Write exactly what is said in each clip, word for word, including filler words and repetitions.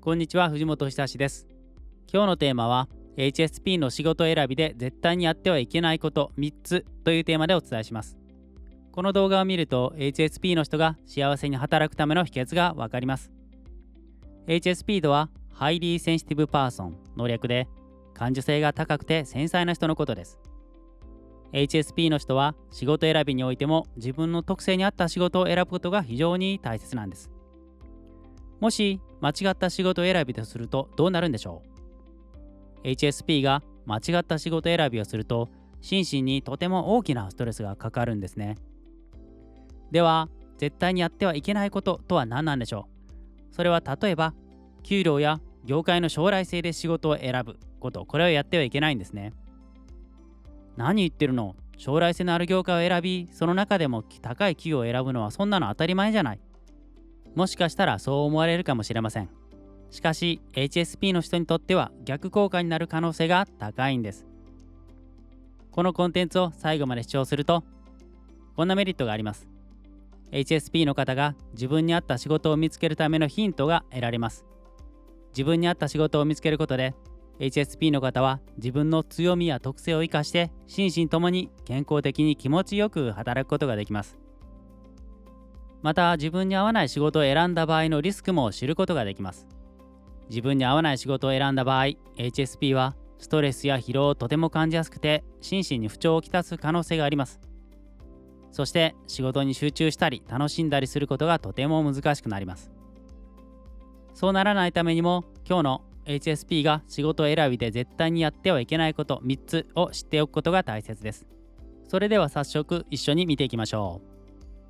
こんにちは、藤本久志です。今日のテーマは エイチエスピー の仕事選びで絶対にやってはいけないことみっつというテーマでお伝えします。この動画を見ると エイチエスピー の人が幸せに働くための秘訣がわかります。 エイチエスピー とはハイリーセンシティブパーソンの略で、感受性が高くて繊細な人のことです。 エイチエスピー の人は仕事選びにおいても自分の特性に合った仕事を選ぶことが非常に大切なんです。もし間違った仕事選びとするとどうなるんでしょう。 エイチエスピー が間違った仕事選びをすると心身にとても大きなストレスがかかるんですね。では絶対にやってはいけないこととは何なんでしょう。それは例えば給料や業界の将来性で仕事を選ぶこと、これをやってはいけないんですね。何言ってるの、将来性のある業界を選びその中でも高い給与を選ぶのはそんなの当たり前じゃない。もしかしたらそう思われるかもしれません。しかし エイチエスピー の人にとっては逆効果になる可能性が高いんです。このコンテンツを最後まで視聴するとこんなメリットがあります。 エイチエスピー の方が自分に合った仕事を見つけるためのヒントが得られます。自分に合った仕事を見つけることで エイチエスピー の方は自分の強みや特性を生かして心身ともに健康的に気持ちよく働くことができます。また自分に合わない仕事を選んだ場合のリスクも知ることができます。自分に合わない仕事を選んだ場合 エイチエスピー はストレスや疲労をとても感じやすくて心身に不調をきたす可能性があります。そして仕事に集中したり楽しんだりすることがとても難しくなります。そうならないためにも今日の エイチエスピー が仕事選びで絶対にやってはいけないことみっつを知っておくことが大切です。それでは早速一緒に見ていきましょう。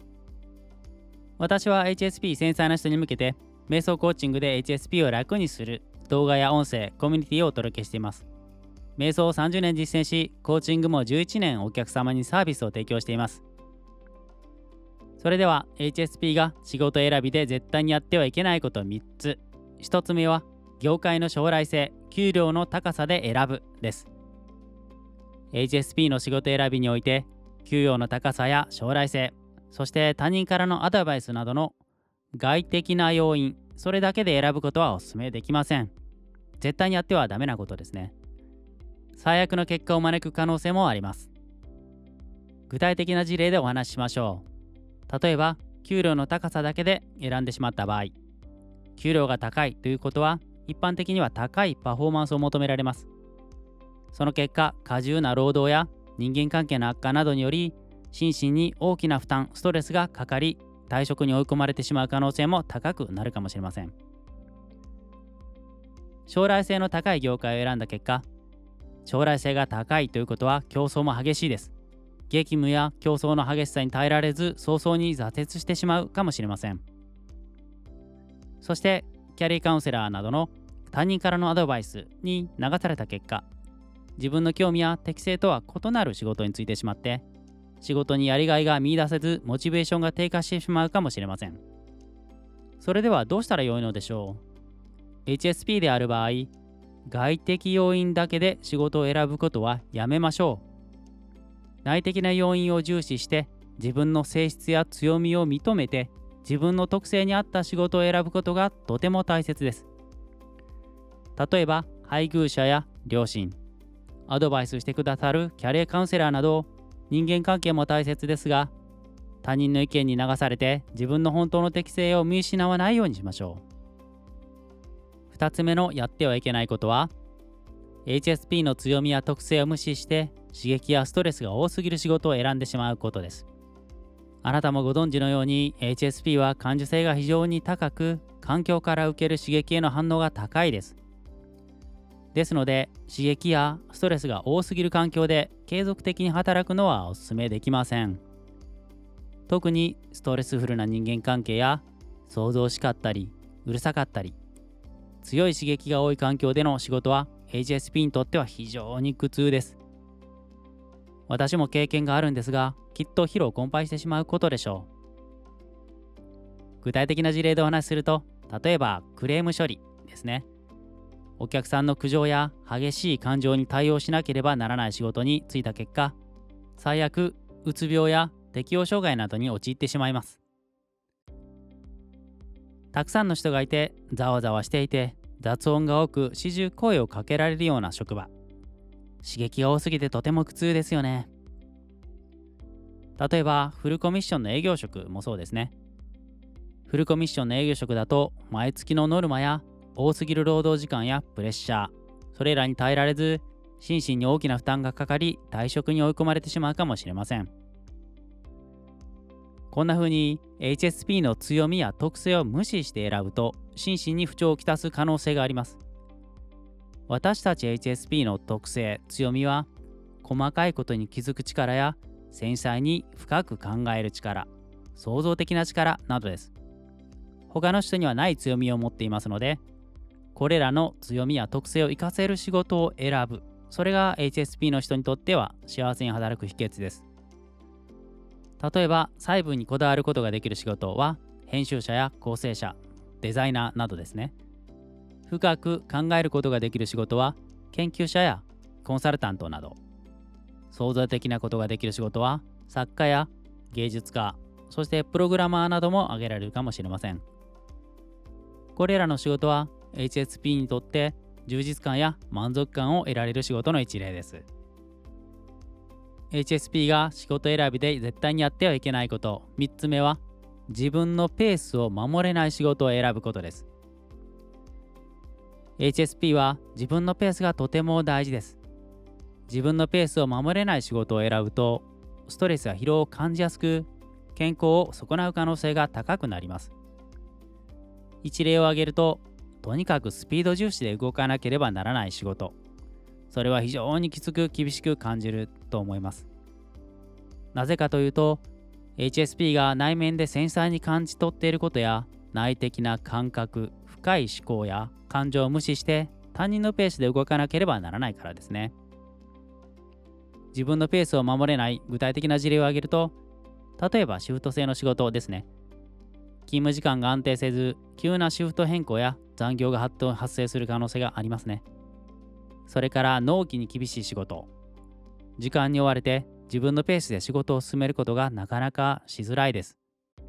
私は エイチエスピー 繊細な人に向けて瞑想コーチングで エイチエスピー を楽にする動画や音声、コミュニティをお届けしています。瞑想をさんじゅうねん実践し、コーチングもじゅういちねんお客様にサービスを提供しています。それでは エイチエスピー が仕事選びで絶対にやってはいけないことみっつ。ひとつめは業界の将来性、給料の高さで選ぶです。 エイチエスピー の仕事選びにおいて給与の高さや将来性、そして他人からのアドバイスなどの外的な要因、それだけで選ぶことはお勧めできません。絶対にやってはダメなことですね。最悪の結果を招く可能性もあります。具体的な事例でお話ししましょう。例えば給料の高さだけで選んでしまった場合、給料が高いということは一般的には高いパフォーマンスを求められます。その結果、過重な労働や人間関係の悪化などにより心身に大きな負担、ストレスがかかり、退職に追い込まれてしまう可能性も高くなるかもしれません。将来性の高い業界を選んだ結果、将来性が高いということは競争も激しいです。激務や競争の激しさに耐えられず、早々に挫折してしまうかもしれません。そしてキャリアカウンセラーなどの他人からのアドバイスに流された結果、自分の興味や適性とは異なる仕事に就いてしまって、仕事にやりがいが見出せずモチベーションが低下してしまうかもしれません。それではどうしたらよいのでしょう。 エイチエスピー である場合、外的要因だけで仕事を選ぶことはやめましょう。内的な要因を重視して自分の性質や強みを認めて自分の特性に合った仕事を選ぶことがとても大切です。例えば配偶者や両親、アドバイスしてくださるキャリアカウンセラーなど人間関係も大切ですが、他人の意見に流されて自分の本当の適性を見失わないようにしましょう。ふたつめのやってはいけないことは エイチエスピー の強みや特性を無視して刺激やストレスが多すぎる仕事を選んでしまうことです。あなたもご存知のように エイチエスピー は感受性が非常に高く、環境から受ける刺激への反応が高いです。ですので刺激やストレスが多すぎる環境で継続的に働くのはお勧めできません。特にストレスフルな人間関係や想像しかったりうるさかったり強い刺激が多い環境での仕事は エイチエスピー にとっては非常に苦痛です。私も経験があるんですが、きっと疲労困憊してしまうことでしょう。具体的な事例でお話しすると、例えばクレーム処理ですね。お客さんの苦情や激しい感情に対応しなければならない仕事に就いた結果、最悪うつ病や適応障害などに陥ってしまいます。たくさんの人がいてざわざわしていて雑音が多く始終声をかけられるような職場。刺激が多すぎてとても苦痛ですよね。例えばフルコミッションの営業職もそうですね。フルコミッションの営業職だと毎月のノルマや多すぎる労働時間やプレッシャー、それらに耐えられず心身に大きな負担がかかり退職に追い込まれてしまうかもしれません。こんな風に エイチエスピー の強みや特性を無視して選ぶと心身に不調をきたす可能性があります。私たち エイチエスピー の特性、強みは細かいことに気づく力や繊細に深く考える力、創造的な力などです。他の人にはない強みを持っていますので、これらの強みや特性を活かせる仕事を選ぶ。それが エイチエスピー の人にとっては幸せに働く秘訣です。例えば細部にこだわることができる仕事は編集者や構成者、デザイナーなどですね。深く考えることができる仕事は研究者やコンサルタントなど。創造的なことができる仕事は作家や芸術家、そしてプログラマーなども挙げられるかもしれません。これらの仕事は エイチエスピー にとって充実感や満足感を得られる仕事の一例です。エイチエスピー が仕事選びで絶対にやってはいけないこと、みっつめは自分のペースを守れない仕事を選ぶことです。エイチエスピー は自分のペースがとても大事です。自分のペースを守れない仕事を選ぶとストレスや疲労を感じやすく、健康を損なう可能性が高くなります。一例を挙げると、とにかくスピード重視で動かなければならない仕事。それは非常にきつく厳しく感じると思います。なぜかというと、エイチエスピー が内面で繊細に感じ取っていることや内的な感覚、深い思考や感情を無視して他人のペースで動かなければならないからですね。自分のペースを守れない具体的な事例を挙げると、例えばシフト制の仕事ですね。勤務時間が安定せず、急なシフト変更や残業が発生する可能性がありますね。それから納期に厳しい仕事。時間に追われて自分のペースで仕事を進めることがなかなかしづらいです。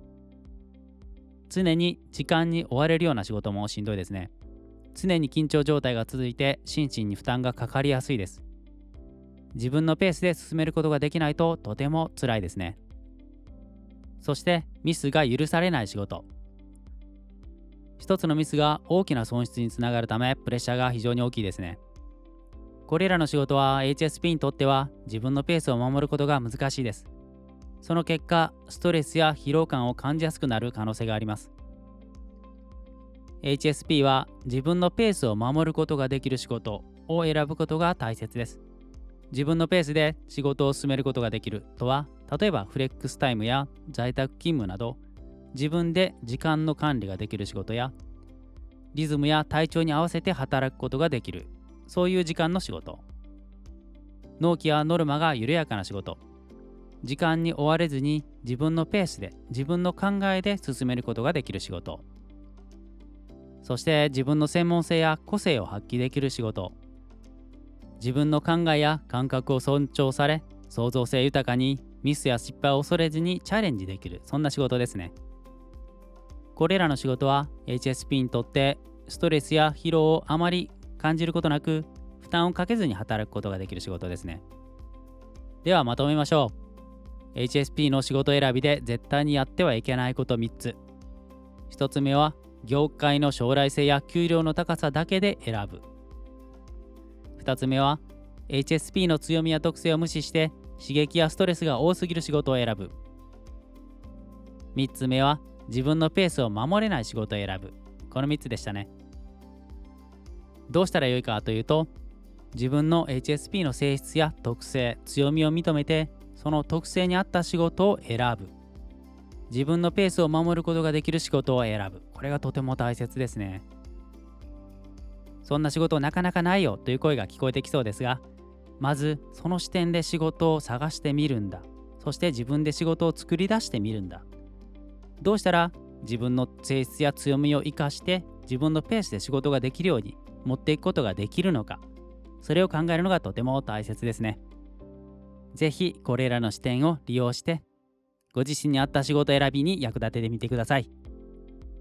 常に時間に追われるような仕事もしんどいですね。常に緊張状態が続いて心身に負担がかかりやすいです。自分のペースで進めることができないととても辛いですね。そしてミスが許されない仕事。一つのミスが大きな損失につながるためプレッシャーが非常に大きいですね。これらの仕事は エイチエスピー にとっては自分のペースを守ることが難しいです。その結果、ストレスや疲労感を感じやすくなる可能性があります。エイチエスピー は自分のペースを守ることができる仕事を選ぶことが大切です。自分のペースで仕事を進めることができるとは、例えばフレックスタイムや在宅勤務など、自分で時間の管理ができる仕事や、リズムや体調に合わせて働くことができる、そういう時間の仕事。納期やノルマが緩やかな仕事。時間に追われずに自分のペースで自分の考えで進めることができる仕事。そして自分の専門性や個性を発揮できる仕事。自分の考えや感覚を尊重され、創造性豊かにミスや失敗を恐れずにチャレンジできる、そんな仕事ですね。これらの仕事は エイチエスピー にとってストレスや疲労をあまり感じることなく、負担をかけずに働くことができる仕事ですね。ではまとめましょう。エイチエスピー の仕事選びで絶対にやってはいけないことみっつ。ひとつめは業界の将来性や給料の高さだけで選ぶ。ふたつめは エイチエスピー の強みや特性を無視して刺激やストレスが多すぎる仕事を選ぶ。みっつめは自分のペースを守れない仕事を選ぶ。このみっつでしたね。どうしたらよいかというと、自分の エイチエスピー の性質や特性、強みを認めて、その特性に合った仕事を選ぶ。自分のペースを守ることができる仕事を選ぶ。これがとても大切ですね。そんな仕事なかなかないよという声が聞こえてきそうですが、まずその視点で仕事を探してみるんだ。そして自分で仕事を作り出してみるんだ。どうしたら自分の性質や強みを生かして自分のペースで仕事ができるように持っていくことができるのか、それを考えるのがとても大切ですね。ぜひこれらの視点を利用してご自身に合った仕事選びに役立ててみてください。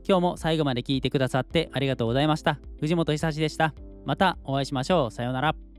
今日も最後まで聞いてくださってありがとうございました。藤本久志でした。またお会いしましょう。さようなら。